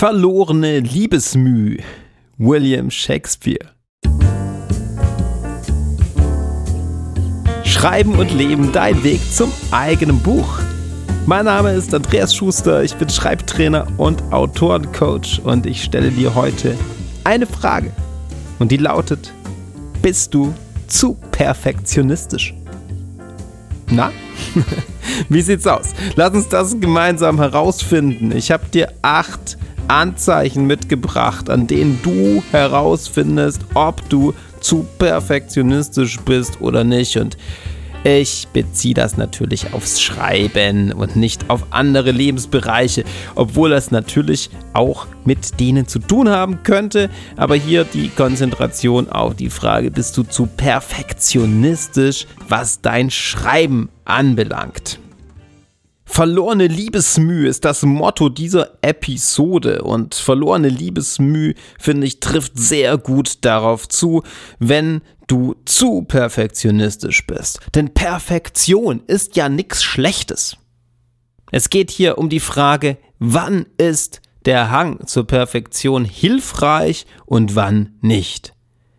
Verlorene Liebesmüh, William Shakespeare. Schreiben und Leben, dein Weg zum eigenen Buch. Mein Name ist Andreas Schuster, ich bin Schreibtrainer und Autorencoach und ich stelle dir heute eine Frage. Und die lautet: Bist du zu perfektionistisch? Na? Wie sieht's aus? Lass uns das gemeinsam herausfinden. Ich habe dir 8 Anzeichen mitgebracht, an denen du herausfindest, ob du zu perfektionistisch bist oder nicht. Und ich beziehe das natürlich aufs Schreiben und nicht auf andere Lebensbereiche, obwohl das natürlich auch mit denen zu tun haben könnte. Aber hier die Konzentration auf die Frage: Bist du zu perfektionistisch, was dein Schreiben anbelangt? Verlorene Liebesmüh ist das Motto dieser Episode und verlorene Liebesmüh, finde ich, trifft sehr gut darauf zu, wenn du zu perfektionistisch bist. Denn Perfektion ist ja nichts Schlechtes. Es geht hier um die Frage, wann ist der Hang zur Perfektion hilfreich und wann nicht.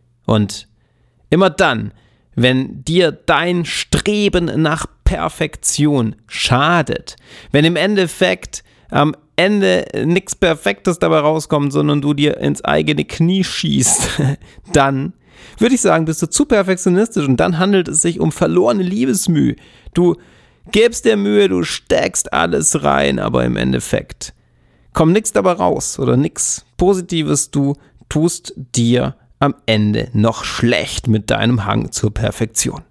Und immer dann, wenn dir dein Streben nach Perfektion schadet, wenn im Endeffekt am Ende nichts Perfektes dabei rauskommt, sondern du dir ins eigene Knie schießt, dann würde ich sagen, bist du zu perfektionistisch und dann handelt es sich um verlorene Liebesmüh. Du gibst dir Mühe, du steckst alles rein, aber im Endeffekt kommt nichts dabei raus oder nichts Positives, du tust dir am Ende noch schlecht mit deinem Hang zur Perfektion.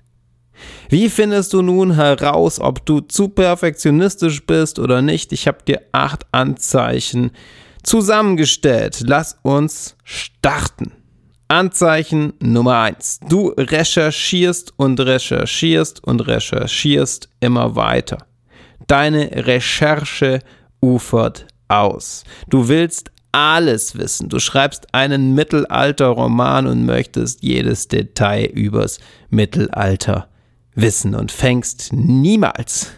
Wie findest du nun heraus, ob du zu perfektionistisch bist oder nicht? Ich habe dir 8 Anzeichen zusammengestellt. Lass uns starten. Anzeichen Nummer 1. Du recherchierst und recherchierst und recherchierst immer weiter. Deine Recherche ufert aus. Du willst alles wissen. Du schreibst einen Mittelalterroman und möchtest jedes Detail übers Mittelalter wissen und fängst niemals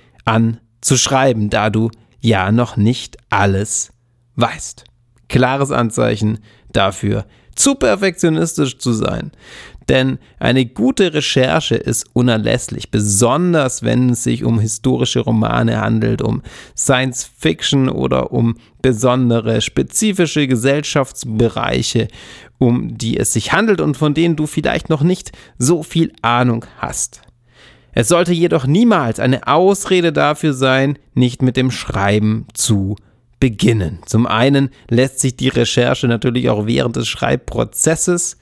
an zu schreiben, da du ja noch nicht alles weißt. Klares Anzeichen dafür, zu perfektionistisch zu sein. Denn eine gute Recherche ist unerlässlich, besonders wenn es sich um historische Romane handelt, um Science Fiction oder um besondere, spezifische Gesellschaftsbereiche, um die es sich handelt und von denen du vielleicht noch nicht so viel Ahnung hast. Es sollte jedoch niemals eine Ausrede dafür sein, nicht mit dem Schreiben zu beginnen. Zum einen lässt sich die Recherche natürlich auch während des Schreibprozesses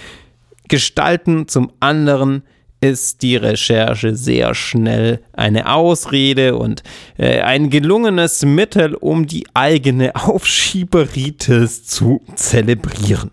gestalten, zum anderen ist die Recherche sehr schnell eine Ausrede und ein gelungenes Mittel, um die eigene Aufschieberitis zu zelebrieren.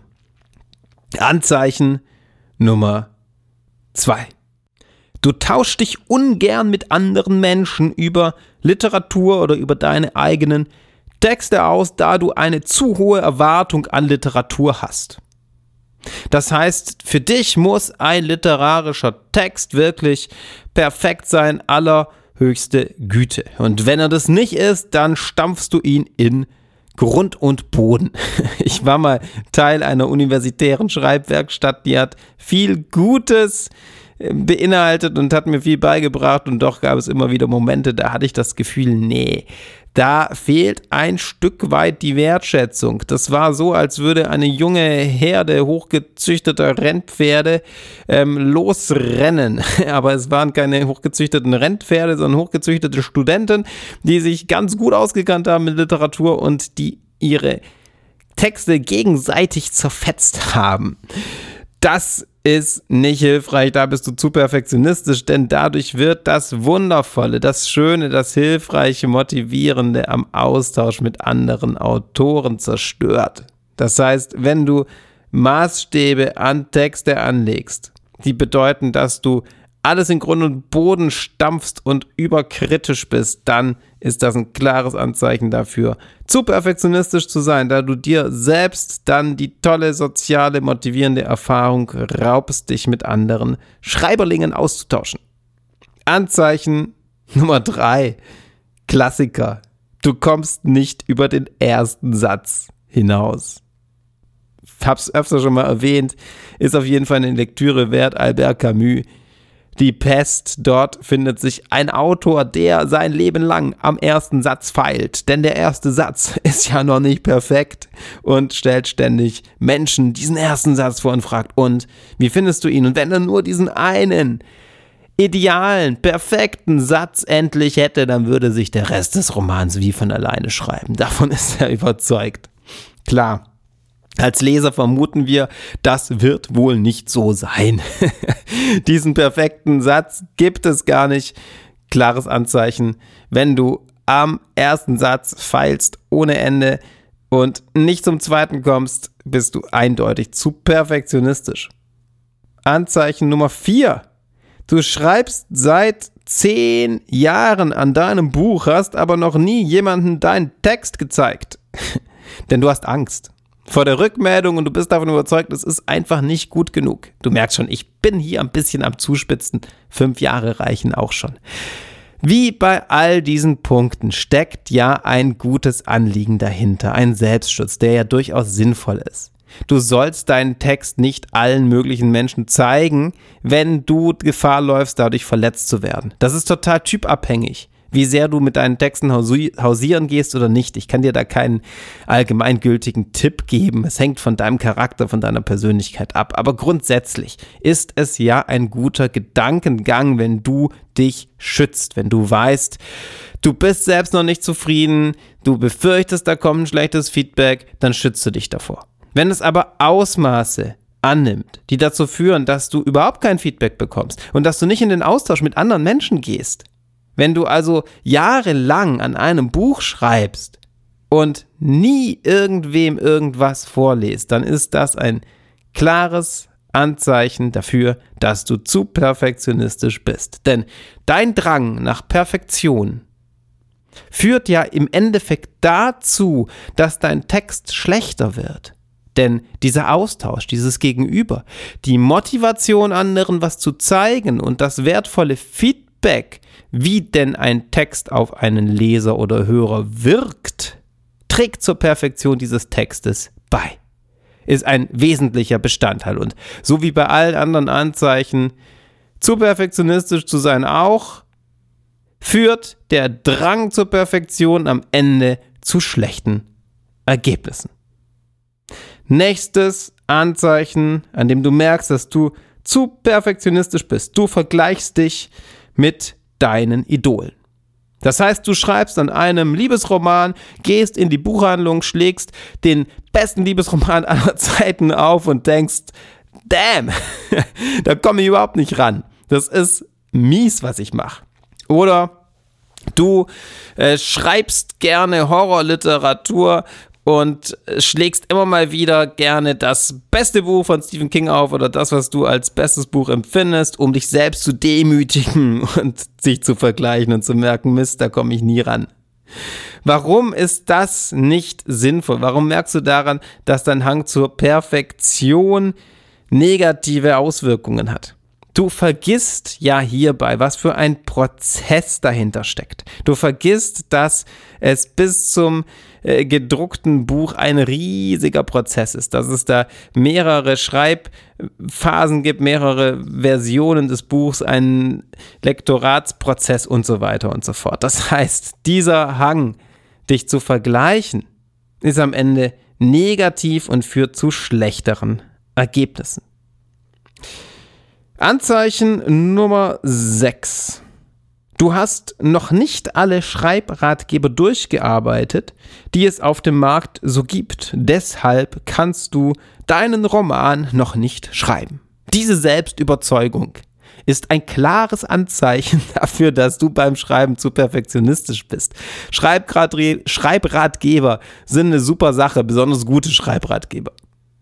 Anzeichen Nummer 2. Du tauschst dich ungern mit anderen Menschen über Literatur oder über deine eigenen Texte aus, da du eine zu hohe Erwartung an Literatur hast. Das heißt, für dich muss ein literarischer Text wirklich perfekt sein, allerhöchste Güte. Und wenn er das nicht ist, dann stampfst du ihn in Grund und Boden. Ich war mal Teil einer universitären Schreibwerkstatt, die hat viel Gutes beinhaltet und hat mir viel beigebracht und doch gab es immer wieder Momente, da hatte ich das Gefühl, nee, da fehlt ein Stück weit die Wertschätzung. Das war so, als würde eine junge Herde hochgezüchteter Rennpferde losrennen. Aber es waren keine hochgezüchteten Rennpferde, sondern hochgezüchtete Studenten, die sich ganz gut ausgekannt haben mit Literatur und die ihre Texte gegenseitig zerfetzt haben. Das ist nicht hilfreich, da bist du zu perfektionistisch, denn dadurch wird das Wundervolle, das Schöne, das Hilfreiche, Motivierende am Austausch mit anderen Autoren zerstört. Das heißt, wenn du Maßstäbe an Texte anlegst, die bedeuten, dass du alles in Grund und Boden stampfst und überkritisch bist, dann ist das ein klares Anzeichen dafür, zu perfektionistisch zu sein, da du dir selbst dann die tolle, soziale, motivierende Erfahrung raubst, dich mit anderen Schreiberlingen auszutauschen. Anzeichen Nummer 3, Klassiker. Du kommst nicht über den ersten Satz hinaus. Ich habe es öfter schon mal erwähnt, ist auf jeden Fall eine Lektüre wert, Albert Camus. Die Pest, dort findet sich ein Autor, der sein Leben lang am ersten Satz feilt. Denn der erste Satz ist ja noch nicht perfekt und stellt ständig Menschen diesen ersten Satz vor und fragt, und wie findest du ihn? Und wenn er nur diesen einen idealen, perfekten Satz endlich hätte, dann würde sich der Rest des Romans wie von alleine schreiben. Davon ist er überzeugt. Klar. Als Leser vermuten wir, das wird wohl nicht so sein. Diesen perfekten Satz gibt es gar nicht. Klares Anzeichen, wenn du am ersten Satz feilst ohne Ende und nicht zum zweiten kommst, bist du eindeutig zu perfektionistisch. Anzeichen Nummer 4. Du schreibst seit 10 Jahren an deinem Buch, hast aber noch nie jemandem deinen Text gezeigt. Denn du hast Angst vor der Rückmeldung und du bist davon überzeugt, es ist einfach nicht gut genug. Du merkst schon, ich bin hier ein bisschen am Zuspitzen. 5 Jahre reichen auch schon. Wie bei all diesen Punkten steckt ja ein gutes Anliegen dahinter, ein Selbstschutz, der ja durchaus sinnvoll ist. Du sollst deinen Text nicht allen möglichen Menschen zeigen, wenn du Gefahr läufst, dadurch verletzt zu werden. Das ist total typabhängig, wie sehr du mit deinen Texten hausieren gehst oder nicht. Ich kann dir da keinen allgemeingültigen Tipp geben. Es hängt von deinem Charakter, von deiner Persönlichkeit ab. Aber grundsätzlich ist es ja ein guter Gedankengang, wenn du dich schützt, wenn du weißt, du bist selbst noch nicht zufrieden, du befürchtest, da kommt ein schlechtes Feedback, dann schützt du dich davor. Wenn es aber Ausmaße annimmt, die dazu führen, dass du überhaupt kein Feedback bekommst und dass du nicht in den Austausch mit anderen Menschen gehst, wenn du also jahrelang an einem Buch schreibst und nie irgendwem irgendwas vorliest, dann ist das ein klares Anzeichen dafür, dass du zu perfektionistisch bist. Denn dein Drang nach Perfektion führt ja im Endeffekt dazu, dass dein Text schlechter wird. Denn dieser Austausch, dieses Gegenüber, die Motivation anderen was zu zeigen und das wertvolle Feedback, wie denn ein Text auf einen Leser oder Hörer wirkt, trägt zur Perfektion dieses Textes bei. Ist ein wesentlicher Bestandteil. Und so wie bei allen anderen Anzeichen, zu perfektionistisch zu sein auch, führt der Drang zur Perfektion am Ende zu schlechten Ergebnissen. Nächstes Anzeichen, an dem du merkst, dass du zu perfektionistisch bist. Du vergleichst dich mit deinen Idolen. Das heißt, du schreibst an einem Liebesroman, gehst in die Buchhandlung, schlägst den besten Liebesroman aller Zeiten auf und denkst, damn, da komme ich überhaupt nicht ran. Das ist mies, was ich mache. Oder du schreibst gerne Horrorliteratur und schlägst immer mal wieder gerne das beste Buch von Stephen King auf oder das, was du als bestes Buch empfindest, um dich selbst zu demütigen und sich zu vergleichen und zu merken, Mist, da komme ich nie ran. Warum ist das nicht sinnvoll? Warum merkst du daran, dass dein Hang zur Perfektion negative Auswirkungen hat? Du vergisst ja hierbei, was für ein Prozess dahinter steckt. Du vergisst, dass es bis zum gedruckten Buch ein riesiger Prozess ist, dass es da mehrere Schreibphasen gibt, mehrere Versionen des Buchs, einen Lektoratsprozess und so weiter und so fort. Das heißt, dieser Hang, dich zu vergleichen, ist am Ende negativ und führt zu schlechteren Ergebnissen. Anzeichen Nummer 6. Du hast noch nicht alle Schreibratgeber durchgearbeitet, die es auf dem Markt so gibt. Deshalb kannst du deinen Roman noch nicht schreiben. Diese Selbstüberzeugung ist ein klares Anzeichen dafür, dass du beim Schreiben zu perfektionistisch bist. Schreibratgeber sind eine super Sache, besonders gute Schreibratgeber.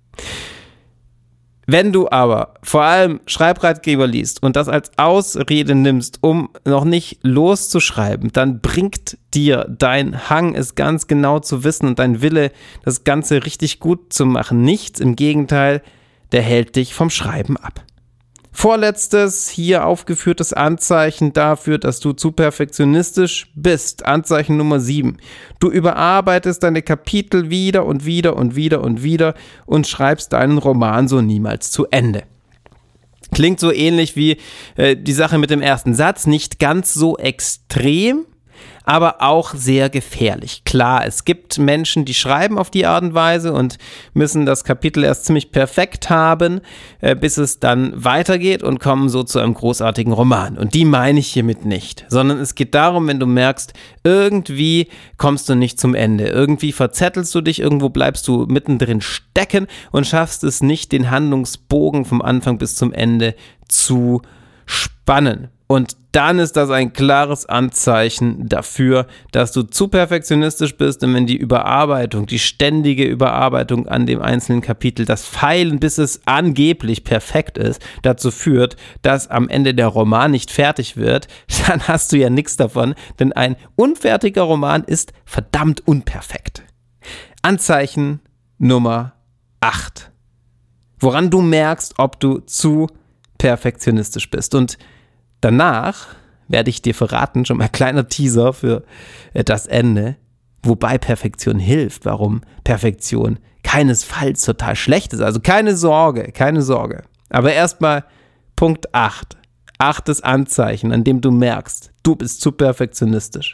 Wenn du aber vor allem Schreibratgeber liest und das als Ausrede nimmst, um noch nicht loszuschreiben, dann bringt dir dein Hang, es ganz genau zu wissen und dein Wille, das Ganze richtig gut zu machen, nichts. Im Gegenteil, der hält dich vom Schreiben ab. Vorletztes, hier aufgeführtes Anzeichen dafür, dass du zu perfektionistisch bist. Anzeichen Nummer 7. Du überarbeitest deine Kapitel wieder und wieder und wieder und wieder und schreibst deinen Roman so niemals zu Ende. Klingt so ähnlich wie die Sache mit dem ersten Satz, nicht ganz so extrem, aber auch sehr gefährlich. Klar, es gibt Menschen, die schreiben auf die Art und Weise und müssen das Kapitel erst ziemlich perfekt haben, bis es dann weitergeht und kommen so zu einem großartigen Roman. Und die meine ich hiermit nicht, sondern es geht darum, wenn du merkst, irgendwie kommst du nicht zum Ende, irgendwie verzettelst du dich, irgendwo bleibst du mittendrin stecken und schaffst es nicht, den Handlungsbogen vom Anfang bis zum Ende zu spannen. Und dann ist das ein klares Anzeichen dafür, dass du zu perfektionistisch bist und wenn die Überarbeitung, die ständige Überarbeitung an dem einzelnen Kapitel, das Feilen, bis es angeblich perfekt ist, dazu führt, dass am Ende der Roman nicht fertig wird, dann hast du ja nichts davon, denn ein unfertiger Roman ist verdammt unperfekt. Anzeichen Nummer 8. Woran du merkst, ob du zu perfektionistisch bist. Und danach werde ich dir verraten, schon mal ein kleiner Teaser für das Ende, wobei Perfektion hilft, warum Perfektion keinesfalls total schlecht ist. Also keine Sorge. Aber erstmal Punkt 8. 8. Anzeichen, an dem du merkst, du bist zu perfektionistisch.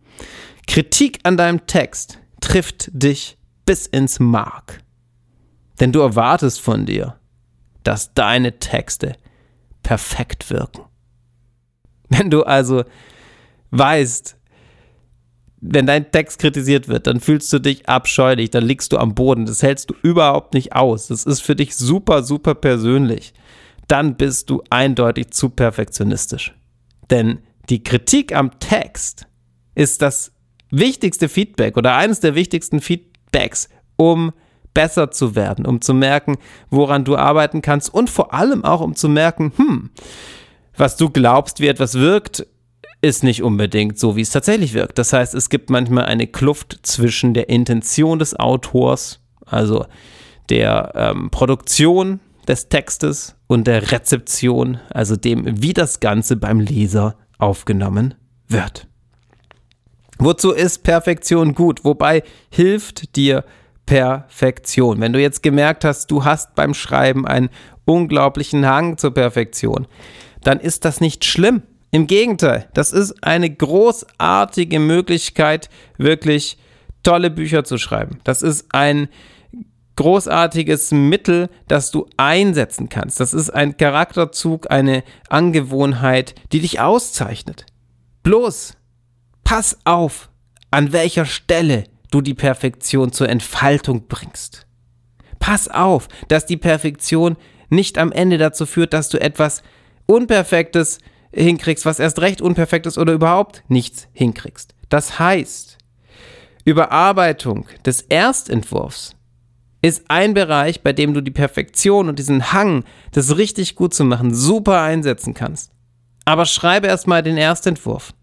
Kritik an deinem Text trifft dich bis ins Mark. Denn du erwartest von dir, dass deine Texte perfekt wirken. Wenn du also weißt, wenn dein Text kritisiert wird, dann fühlst du dich abscheulich, dann liegst du am Boden, das hältst du überhaupt nicht aus, das ist für dich super, super persönlich, dann bist du eindeutig zu perfektionistisch. Denn die Kritik am Text ist das wichtigste Feedback oder eines der wichtigsten Feedbacks, um besser zu werden, um zu merken, woran du arbeiten kannst und vor allem auch, um zu merken, was du glaubst, wie etwas wirkt, ist nicht unbedingt so, wie es tatsächlich wirkt. Das heißt, es gibt manchmal eine Kluft zwischen der Intention des Autors, also der Produktion des Textes und der Rezeption, also dem, wie das Ganze beim Leser aufgenommen wird. Wozu ist Perfektion gut? Wobei hilft dir Perfektion? Wenn du jetzt gemerkt hast, du hast beim Schreiben einen unglaublichen Hang zur Perfektion, dann ist das nicht schlimm. Im Gegenteil, das ist eine großartige Möglichkeit, wirklich tolle Bücher zu schreiben. Das ist ein großartiges Mittel, das du einsetzen kannst. Das ist ein Charakterzug, eine Angewohnheit, die dich auszeichnet. Bloß, pass auf, an welcher Stelle du die Perfektion zur Entfaltung bringst. Pass auf, dass die Perfektion nicht am Ende dazu führt, dass du etwas Unperfektes hinkriegst, was erst recht unperfekt ist oder überhaupt nichts hinkriegst. Das heißt, Überarbeitung des Erstentwurfs ist ein Bereich, bei dem du die Perfektion und diesen Hang, das richtig gut zu machen, super einsetzen kannst. Aber schreibe erstmal den Erstentwurf.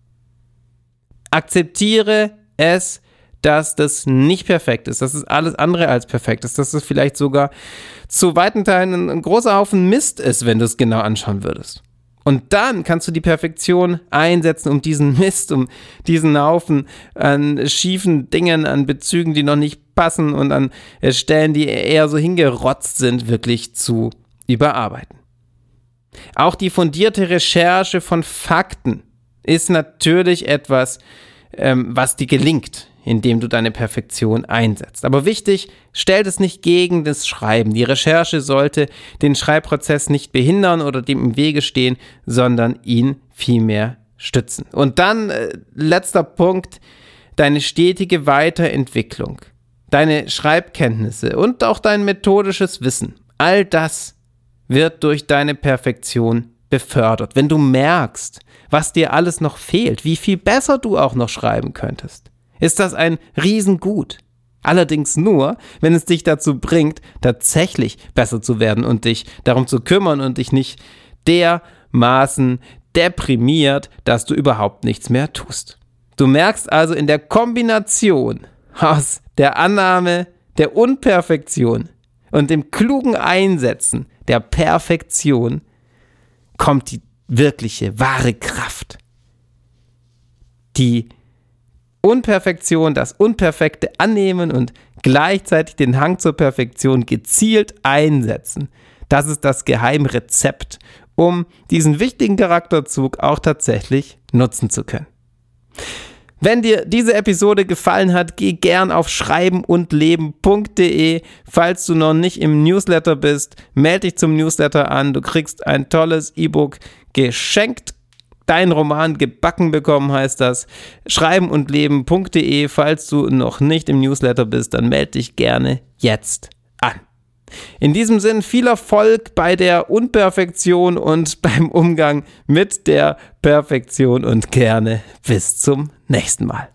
Akzeptiere es, dass das nicht perfekt ist, dass es alles andere als perfekt ist, dass es vielleicht sogar zu weiten Teilen ein großer Haufen Mist ist, wenn du es genau anschauen würdest. Und dann kannst du die Perfektion einsetzen, um diesen Mist, um diesen Haufen an schiefen Dingen, an Bezügen, die noch nicht passen und an Stellen, die eher so hingerotzt sind, wirklich zu überarbeiten. Auch die fundierte Recherche von Fakten ist natürlich etwas, was dir gelingt, indem du deine Perfektion einsetzt. Aber wichtig, stell es nicht gegen das Schreiben. Die Recherche sollte den Schreibprozess nicht behindern oder dem im Wege stehen, sondern ihn vielmehr stützen. Und dann, letzter Punkt, deine stetige Weiterentwicklung, deine Schreibkenntnisse und auch dein methodisches Wissen. All das wird durch deine Perfektion befördert. Wenn du merkst, was dir alles noch fehlt, wie viel besser du auch noch schreiben könntest, ist das ein Riesengut. Allerdings nur, wenn es dich dazu bringt, tatsächlich besser zu werden und dich darum zu kümmern und dich nicht dermaßen deprimiert, dass du überhaupt nichts mehr tust. Du merkst also in der Kombination aus der Annahme der Unperfektion und dem klugen Einsetzen der Perfektion, kommt die wirkliche, wahre Kraft. Die Unperfektion, das Unperfekte annehmen und gleichzeitig den Hang zur Perfektion gezielt einsetzen. Das ist das Geheimrezept, um diesen wichtigen Charakterzug auch tatsächlich nutzen zu können. Wenn dir diese Episode gefallen hat, geh gern auf schreibenundleben.de. Falls du noch nicht im Newsletter bist, melde dich zum Newsletter an. Du kriegst ein tolles E-Book geschenkt. Dein Roman gebacken bekommen heißt das. schreibenundleben.de. Falls du noch nicht im Newsletter bist, dann melde dich gerne jetzt an. In diesem Sinn viel Erfolg bei der Unperfektion und beim Umgang mit der Perfektion und gerne bis zum nächsten Mal.